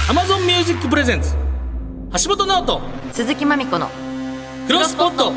Amazon Music Presents 橋本直人鈴木まみこのクロスポット。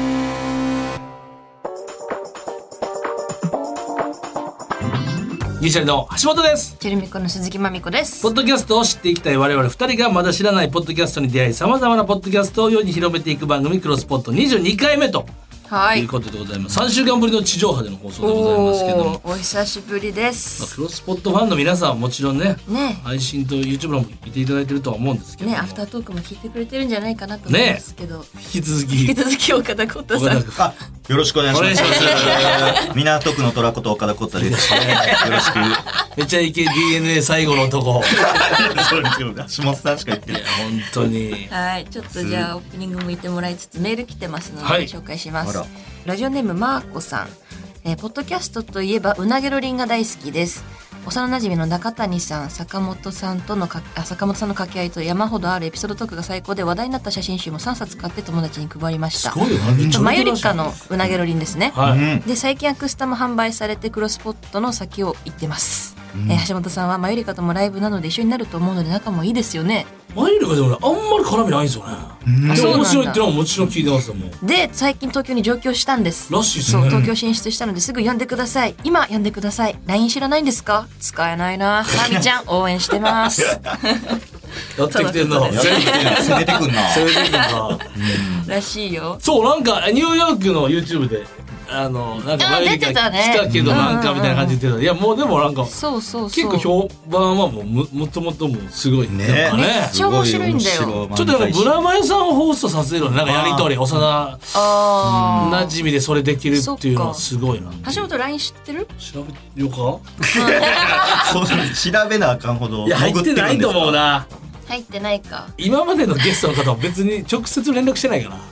ギリシャリの橋本です。 チェルミコの鈴木まみこです。 ポッドキャストを知っていきたい我々2人がまだ知らないポッドキャストに出会い、さまざまなポッドキャストを世に広めていく番組クロスポット22回目とはいいうことでございます。3週間ぶりの地上波での放送でございますけども、 お久しぶりでまあす。 クロスポットファンの皆さんはもちろんねね配信と YouTube も見ていただいてるとは思うんですけども、 ねアフタートークも聞いてくれてるんじゃないかなと思いますけど、 引き続き引き続き岡田浩太さん。 あ、よろしくお願いします。 お願いします港区の虎こと岡田浩太です。よろしく。 めちゃイケ DNA 最後の男そうですよ。橋本さんしか言ってない。 本当にはい、ちょっとじゃあオープニングも言ってもらいつつメール来てますので、 はい紹介しますあら。 ラジオネームマーコさん、ポッドキャストといえばうなげろりんが大好きです。幼馴染の中谷さん、坂本さんの掛け合いと山ほどあるエピソードトークが最高で話題になった写真集も3冊買って友達に配りました。 すごいよな、めっちゃマユリカのうなげろりんですね。 はい、 で最近アクスタも販売されてクロスポットの先を行ってます。橋本さんはマユリカともライブなので一緒になると思うので仲もいいですよね。 マイルがでもねあんまり絡みないんですよね。でそうなんだも面白いっていうのはもちろん聞いてますよもう。 で最近東京に上京したんです。 らしいですね。 そう東京進出したのですぐ呼んでください。今呼んでください。 LINE 知らないんですか？使えないな。まみちゃん応援してますやってきてんな。 そうです攻めてくんな。 それでいいな。 らしいよ。 そうなんかニューヨークの YouTube でなんかマイルが出てたね来たけどなんかみたいな感じで言ってた。いやもうでもなんかそうそうそう結構評判はもともともすごいねなんかね。 めっちゃ面白いんだよ。 ちょっとなんかブラマヨさんをホストさせるのなんかやりとり幼あ馴染みでそれできるっていうのはすごいな。 橋本 LINE 知ってる？ 調べようか。 そう調べなあかんほどいや入ってないと思うな。 入ってないか。 今までのゲストの方は別に直接連絡してないから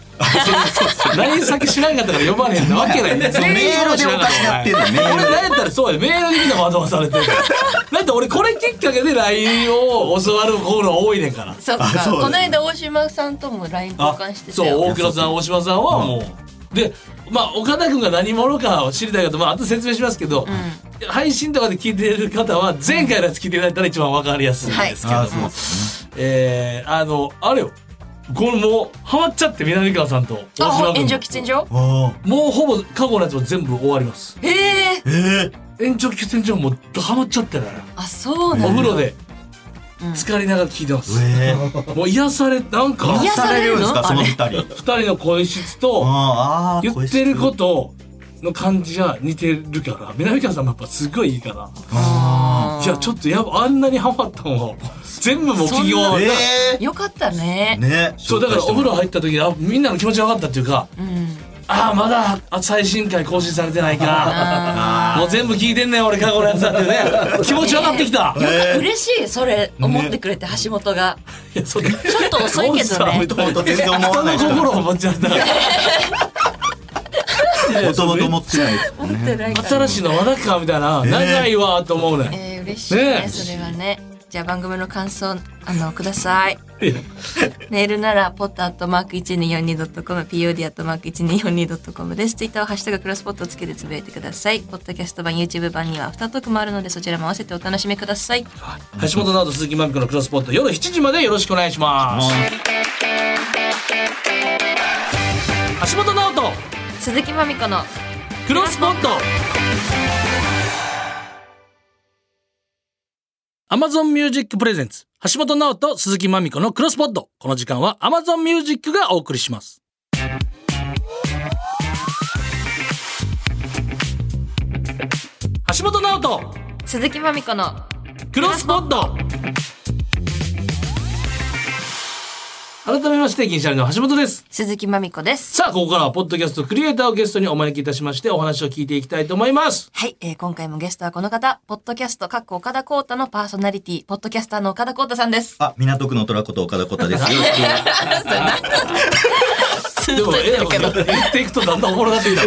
LINE 先知らんかったから呼ばれへんなわけないね。 メールでおかしなってんの。メ俺ール何やったらそうやメールでみんな惑わされてるだって俺これきっかけで LINE を教わる方の多いねんから。 そっか。 あそうこの間大島さんとも LINE 交換してたそうよ。 大倉さん大島さんはもう、でまあ岡田君が何者かを知りたいかとあと説明しますけど、配信とかで聞いてる方は前回のやつ聞いていただいたら一番わかりやすいんですけども、 そうですあれよこれもうハマっちゃって南川さんと大島君炎上喫煙所？ あもうほぼ過去のやつも全部終わります。延長喫煙所もうハマっちゃってね。 あ、そうおなんだ。 風呂で浸かりながら聞いてます。もう癒されなんか癒されるのんですかその二人。 二人の声質とああ言ってることの感じが似てるから南川さんもやっぱすごいいいからいやちょっとやっぱあんなにハマったのが全部もう企業よかったね。 ね。 そうだからお風呂入った時にみんなの気持ち分かったっていうかまだ最新回更新されてないかもう全部聞いてんねん俺過去のやつだってね気持ち分かってきた。 嬉しいそれ思ってくれて橋本が。 いやそれちょっと遅いけどね。 もともと全然思わない人の心を持っちゃったからもともと思ってないです思ってないから。 新しいのまだかみたいな長いわと思うね。 嬉しいねねそれはね。じゃあ番組の感想ください。メールならpot@1242.com pod@1242.com です。ツイッターはハッシュタグクロスポットをつけてつぶやいてください。ポッドキャスト版 YouTube 版にはアフタートークもあるのでそちらも合わせてお楽しみください。 橋本直人鈴木まみこのクロスポット夜7時までよろしくお願いします。橋本直人鈴木まみこのクロスポット。Amazon Music Presents 橋本直人鈴木まみこのクロスポット。この時間は Amazon Music がお送りします。橋本直人鈴木まみこのクロスポット。改めまして銀シャリの橋本です。 鈴木まみこです。 さあここからはポッドキャストクリエイターをゲストにお招きいたしましてお話を聞いていきたいと思います。 はい、今回もゲストはこの方、ポッドキャスト岡田浩太のパーソナリティ、ポッドキャスターの岡田浩太さんです。 あ、港区の虎こと岡田浩太です。よろしく。 でも言っていくとだんだんおもろなってきた。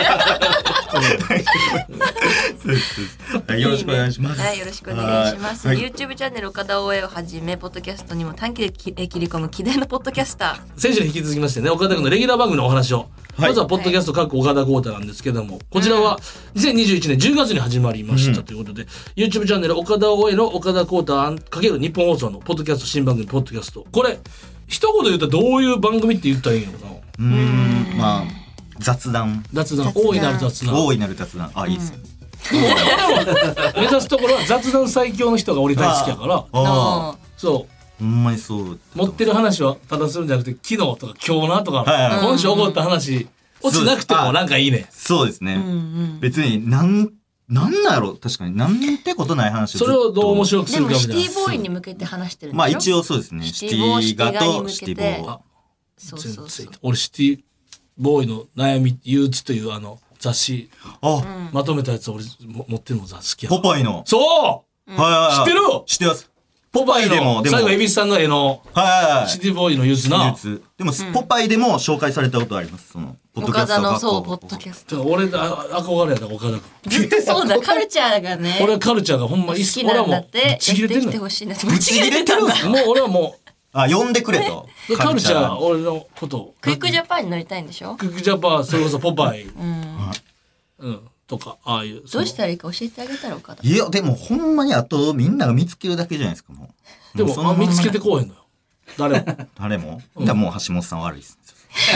よろしくお願いします。 はい、よろしくお願いします。 はい YouTube チャンネル岡田大江をはじめ、ポッドキャストにも短期で切り込む気伝のポッドキャスター。 先週に引き続きましてね、岡田君のレギュラー番組のお話を、まずはポッドキャスト岡田浩太なんですけども、こちらは2021年10月に始まりましたということで、YouTube チャンネル岡田大江の岡田浩太×日本放送のポッドキャスト新番組ポッドキャスト、これ一言で言ったらどういう番組って言ったらいいのかな。 まあ雑談大いなる雑談。 大いなる雑談、あ、いいですね。 俺は目指すところは雑談最強の人が俺大好きやからあそうほんまにそう。 持ってる話はただするんじゃなくて昨日とか今日なとか、今週起こった話落ちなくてもなんかいいね。 そうですね。別になんやろ、確かになんてことない話をずっと。 それをどう面白くすでもるかみたいな。 シティボーイに向けて話してるんでしょ。 まあ一応そうですね。シティガとシティボーイ。 そうそうそう。 俺シティボーイの悩み憂鬱という雑誌まとめたやつ俺持ってるの好きや。 ポパイの。 そうはい。 知ってる？ 知ってます。 ポパイの最後恵比寿さんの絵のシティボーイの憂鬱な。 でもポパイでも紹介されたことあります。そのポッドキャスト。 岡田のそうポッドキャスト。 俺憧れやな岡田君。 ずっとそうだカルチャーがね。 俺カルチャーがほんま好きなんだって。やってきてほしいな。ぶち切れてるんだ。 もう俺はもう。 呼んでくれと。 カルチャー俺のことクイックジャパンに乗りたいんでしょ。 クイックジャパンそれこそポパイとかああいう。 どうしたらいいか教えてあげたら岡田。 いやでもほんまにあとみんなが見つけるだけじゃないですかもう。 でも見つけてこうへんのよ。 誰も。じゃもう橋本さん悪いです。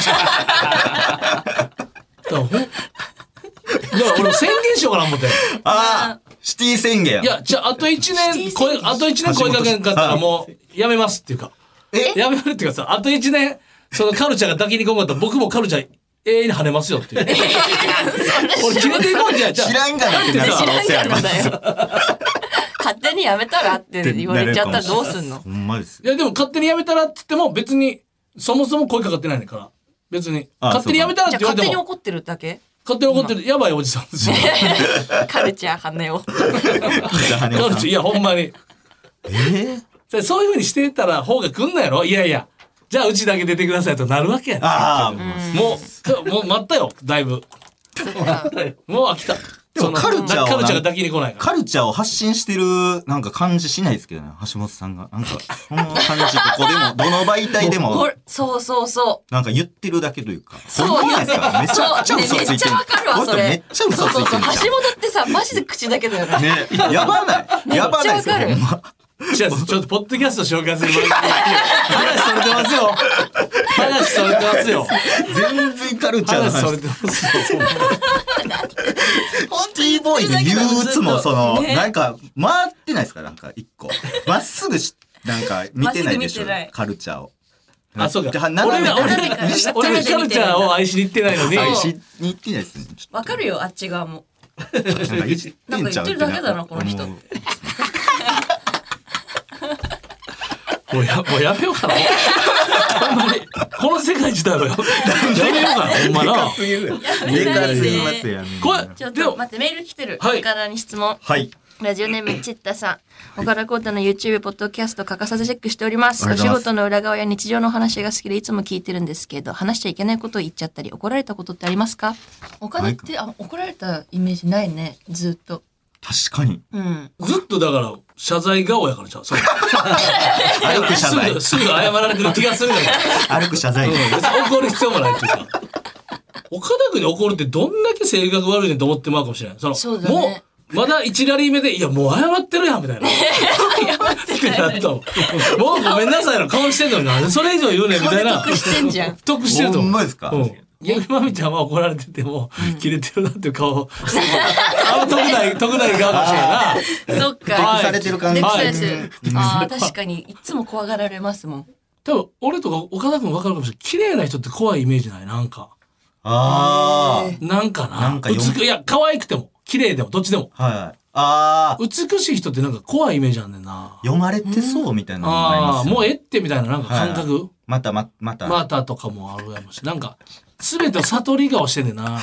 だから俺宣言しようかな思って。 ああシティ宣言。 いやじゃああと1年声かけんかったらもうやめますっていうか。やめるっていうかさ、あと1年そのカルチャーが抱きにこんかったら僕もカルチャー永遠に跳ねますよっていう。俺決めていこうじゃん。 知らんがなってなる可能性あります。 勝手にやめたらって言われちゃったらどうすんの。 ほんまです。 いやでも勝手にやめたらって言っても別にそもそも声かかってないねんから別に勝手にやめたらって言われても勝手に怒ってるだけ。 勝手に怒ってるやばいおじさんですよ。 カルチャー跳ねを。カルチャーいやほんまに。そういう風にしてたら方が来んなやろ。いやいやじゃあうちだけ出てくださいとなるわけやね。もう待ったよだいぶ。もう飽きた。 でもカルチャーが抱きに来ないから。 カルチャーを発信してるなんか感じしないですけどね橋本さんがなんかこの感じどこでもどの媒体でもそうなんか言ってるだけというかそうじゃないですか。めちゃくちゃ嘘ついてる。 めっちゃわかるわそれ。 めっちゃ嘘ついてる。 橋本ってさマジで口だけだよね。 やばないですよ。 ちょっとポッドキャスト紹介する番組話それてますよ。話それてますよ。 全然カルチャーの話それてますよ。シティボーイで憂鬱もそのなんか回ってないですかなんか一個まっすぐなんか見てないでしょカルチャーを。 あそうか。俺がカルチャーを愛しに行ってないのに。 愛しに行ってないですね。 わかるよあっち側も。 なんか言ってるだけだなこの人。 もうやめようかな。ほんまにこの世界自体はやめようかなほんまな。 でかすぎますよ。 これちょっと待ってメール来てる。岡田に質問。 はい。 ラジオネームチッタさん。岡田浩太の YouTube ポッドキャスト欠かさずチェックしております。お仕事の裏側や日常の話が好きでいつも聞いてるんですけど、話しちゃいけないことを言っちゃったり怒られたことってありますか？岡田って怒られたイメージないねずっと。 確かに。 ずっとだから謝罪顔やからちゃう。 歩く謝罪。 すぐ謝られてる気がするから。歩く謝罪。 別に怒る必要もないっていうか。岡田君に怒るってどんだけ性格悪いねんと思ってまうかもしれない。 そうだね。 もうまだ1ラリー目でいやもう謝ってるやんみたいな。 謝ってない。 もうごめんなさいの顔してんのになんでそれ以上言うねんみたいな。 得してんじゃん。 得してると思う。 ほんまですか？ まみちゃんは怒られててもキレてるなっていう顔。得ない顔かもしれんな。 そっか。 されてる感じ。 確かにいつも怖がられますもん。 多分俺とか岡田君分かるかもしれない。綺麗な人って怖いイメージないなんか。なんかな。いや可愛くても綺麗でもどっちでも。美しい人ってなんか怖いイメージあんねんな。 読まれてそうみたいなのもありますよ。 もうってみたいななんか感覚。 またとかもあるやもしなんか全てを悟り顔してんねんな。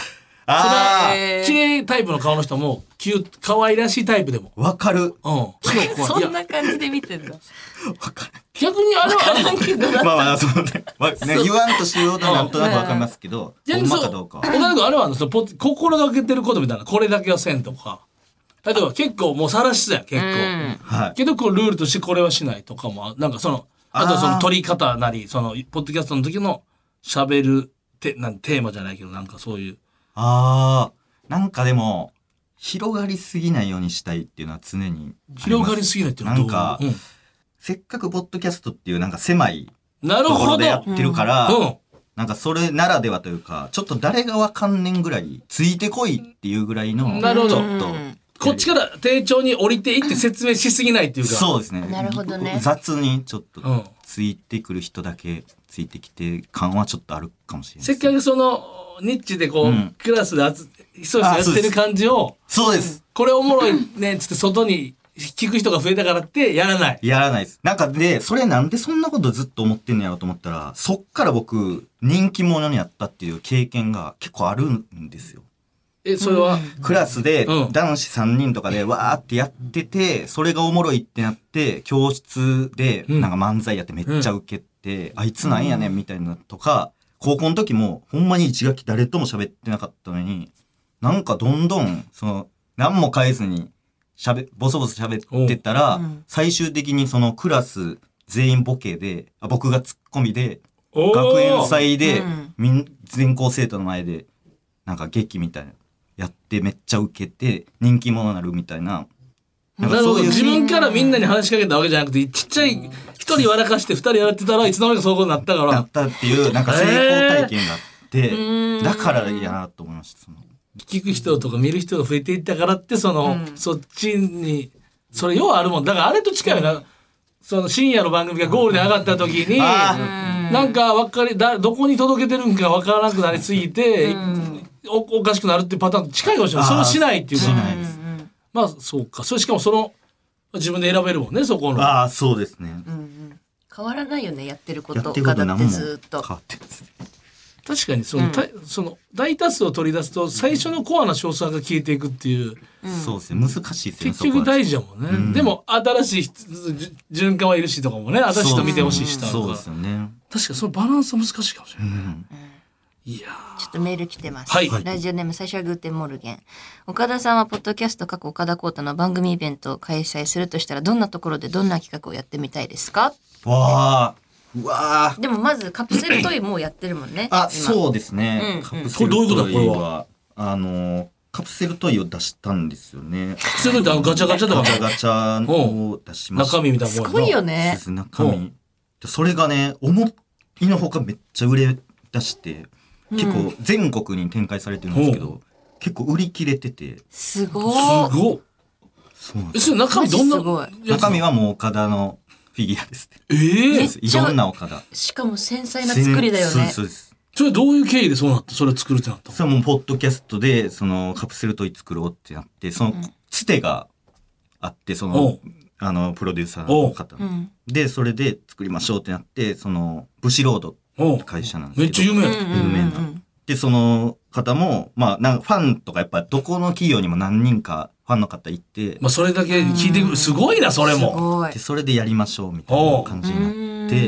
あ綺麗タイプの顔の人も可愛らしいタイプでも。 わかる。 うん。 そんな感じで見てんだ。 逆にあれはまあまあ、そうね。言わんとしようとなんとなくわかりますけど、ほんまかどうか。 岡田君あれは心がけてることみたいな、これだけはせんとか。例えば結構もう晒してたよ、結構。 はい。 けどこうルールとしてこれはしないとかも、なんかあとその取り方なり、ポッドキャストの時の喋るテーマじゃないけど、なんかそういう。 なんかでも、広がりすぎないようにしたいっていうのは常に。 広がりすぎないっていうのはどう？ なんか、せっかくポッドキャストっていうなんか狭いなるほどところでやってるから、なんかそれならではというか、ちょっと誰がわかんねんぐらい、ついてこいっていうぐらいの、 なるほど。 ちょっと。 こっちから丁重に降りていって説明しすぎないっていうか。 そうですね。 なるほどね。 雑にちょっとついてくる人だけついてきて感はちょっとあるかもしれない。 せっかくニッチでクラスでひそひそやってる感じを。 そうです。 これおもろいねっつって外に聞く人が増えたからってやらない。 やらないです。なんかで、それなんでそんなことずっと思ってんのやろうと思ったら、そっから僕、人気者になったっていう経験が結構あるんですよ。 それはクラスで男子3人とかでわーってやってて、それがおもろいってなって、教室でなんか漫才やってめっちゃウケて、あいつなんやねんみたいなとか、高校の時もほんまに一学期誰とも喋ってなかったのに、なんかどんどん、何も変えずにボソボソ喋ってたら、最終的にクラス全員ボケで、僕がツッコミで、学園祭で、全校生徒の前で、なんか劇みたいな。やってめっちゃウケて人気者になるみたいな。 なんかそういう自分からみんなに話しかけたわけじゃなくて、ちっちゃい一人笑かして二人やってたらいつの間にかそういうことになったから。 なったっていうなんか成功体験があって、だからいいやなと思いました。 聞く人とか見る人が増えていったからってそっちにそれようあるもんだからあれと近いよな。深夜の番組がゴールで上がった時になんかどこに届けてるんか分からなくなりすぎて。おかしくなるっていうパターンと近いかもしれない。それをしないっていうか。まあそうか。それしかも自分で選べるもんね、そこの。 そうですね。 変わらないよね、やってることがだってずっと。 変わってるんですね。 確かに大多数を取り出すと最初のコアな詳細が消えていくっていう。 そうですね。難しいですね。 結局大事だもんね。でも新しい循環はいるしとかもね、新しい人見てほしいしとか。 そうですよね。 確かにそのバランスは難しいかもしれない。いやちょっとメール来てます。 はい。 ラジオネーム最初はグーテンモルゲン。岡田さんはポッドキャスト過去岡田浩太の番組イベントを開催するとしたらどんなところでどんな企画をやってみたいですか？ わー。 でもまずカプセルトイもうやってるもんね。 そうですね。カプセルトイはカプセルトイを出したんですよね。 カプセルトイってガチャガチャとかガチャを出しました。 中身みたいなもん。 すごいよね。 中身。それがね、思いのほかめっちゃ売れ出して。結構全国に展開されてるんですけど、結構売り切れてて。 すごい。 そうなんです。 中身どんな中身はもう岡田のフィギュアですね。いろんな岡田。 しかも繊細な作りだよね。 そうです。 それどういう経緯でそうなったそれを作るってなったそれはもうポッドキャストでカプセルトイ作ろうってなってつてがあってプロデューサーの方でそれで作りましょうってなってブシロード会社なんですけど。 めっちゃ有名な。で、その方も、まあ、なんかファンとかやっぱどこの企業にも何人かファンの方いて。 まあ、それだけ聞いてくる。すごいな、それも。 で、それでやりましょうみたいな感じになって、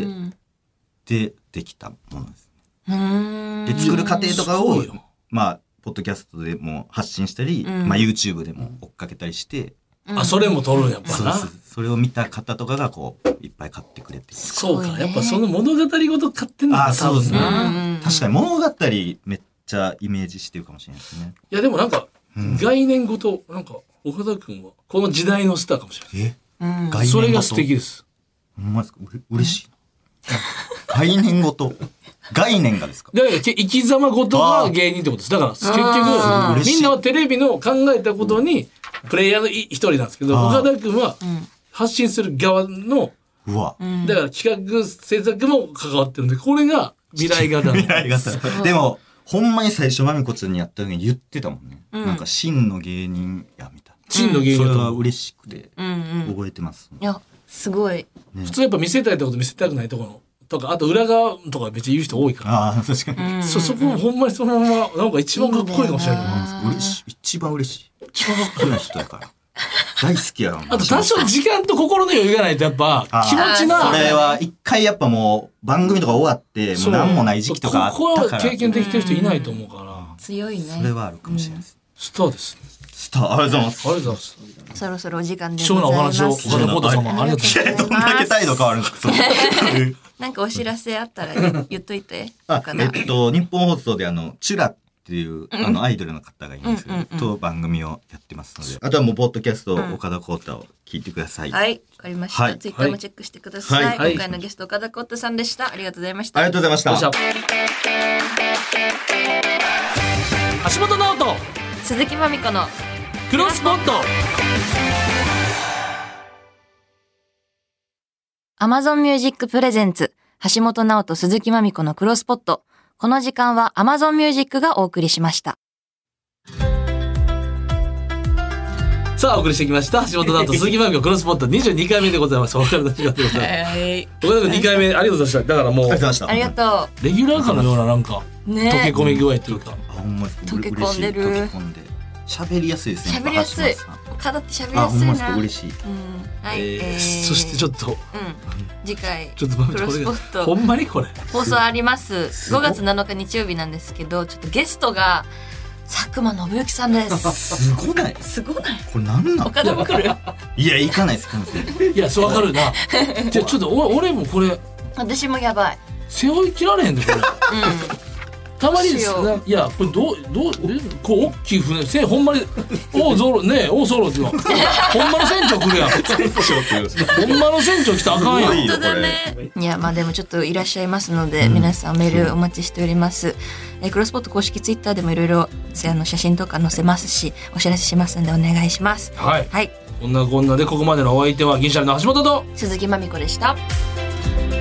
で、できたものですね。で、作る過程とかを、まあ、ポッドキャストでも発信したり、まあ、YouTube でも追っかけたりして、 それも撮るんやっぱな。 それを見た方とかがいっぱい買ってくれて。 そうか。やっぱその物語ごと買ってんのかそうですね。確かに物語めっちゃイメージしてるかもしれないですね。 いやでもなんか、概念ごと、なんか、岡田くんはこの時代のスターかもしれない。それが素敵です。 ほんまですか？嬉しい。概念ごと。概念がですか？ だから生き様ごとが芸人ってことです。だから結局みんなはテレビの考えたことにプレイヤーの一人なんですけど、岡田君は発信する側のだから企画制作も関わってるんで、これが未来型。 未来型。でもほんまに最初まみこちゃんにやった時に言ってたもんね。なんか真の芸人やみたいな。 真の芸人それは嬉しくて覚えてます。 いやすごい。 普通やっぱ見せたいってこと見せたくないところのとか、あと裏側とかめっちゃ言う人多いから。 ああ、確かに。 そこほんまにそのまま、なんか一番かっこいいかもしれない。 嬉しい。一番嬉しい。 一番かっこいい好きな人やから。大好きやろ。 あと多少時間と心の余裕がないとやっぱ気持ちな。 それは一回やっぱもう番組とか終わって、もう何もない時期とかあったから。 ここは経験できてる人いないと思うから。 強いね。 それはあるかもしれないです。 スターです。 スター、ありがとうございます。 ありがとうございます。 そろそろお時間で貴重なお話を岡田浩太様ありがとうございます。 どんだけ態度変わるんですか。 なんかお知らせあったら言っといて。 日本放送でチュラっていうアイドルの方がいるんですけど、と番組をやってますので、あとはもうポッドキャスト岡田浩太を聞いてください。 はい、わかりました。ツイッターもチェックしてください。今回のゲスト岡田浩太さんでした。ありがとうございました。 ありがとうございました。 橋本直人、 鈴木まみこのクロスポット。 Amazon Music Presents 橋本直人鈴木まみこのクロスポット。この時間は Amazon Music がお送りしました。 さあ、お送りしてきました。橋本直人鈴木まみこクロスポット22回目でございます。お別れの時間でございます。岡田君2回目ありがとうございました。だからもう、 ありがとう。レギュラーかのようななんか、溶け込み具合というか。 溶け込んでる。 溶け込んで。喋りやすいですね。 喋りやすい。岡田って喋りやすいな。 嬉しい。 はい。 そしてちょっと、 次回ちょっとクロスポットほんまにこれ放送あります。5月7日日曜日なんですけど、ちょっとゲストが佐久間信之さんです。 すごない？ すごない？ これなんなん？ 岡田も来る？ いや、行かないです。 いや、そうわかるな。じゃあちょっと俺もこれ。 私もやばい。 背負い切られへんでこれ。たまにですね。いや、これどうこう大きい船、ほんまにおゾロね、おゾロって言わん。ほんまの船長来るやん。ほんまの船長来たらあかんやん。 本当だね。いや、まあでもちょっといらっしゃいますので、皆さんメールお待ちしております。クロスポット公式ツイッターでもいろいろ写真とか載せますし、お知らせしますんでお願いします。 はい。こんなこんなでここまでのお相手は銀シャリの橋本と鈴木まみこでした。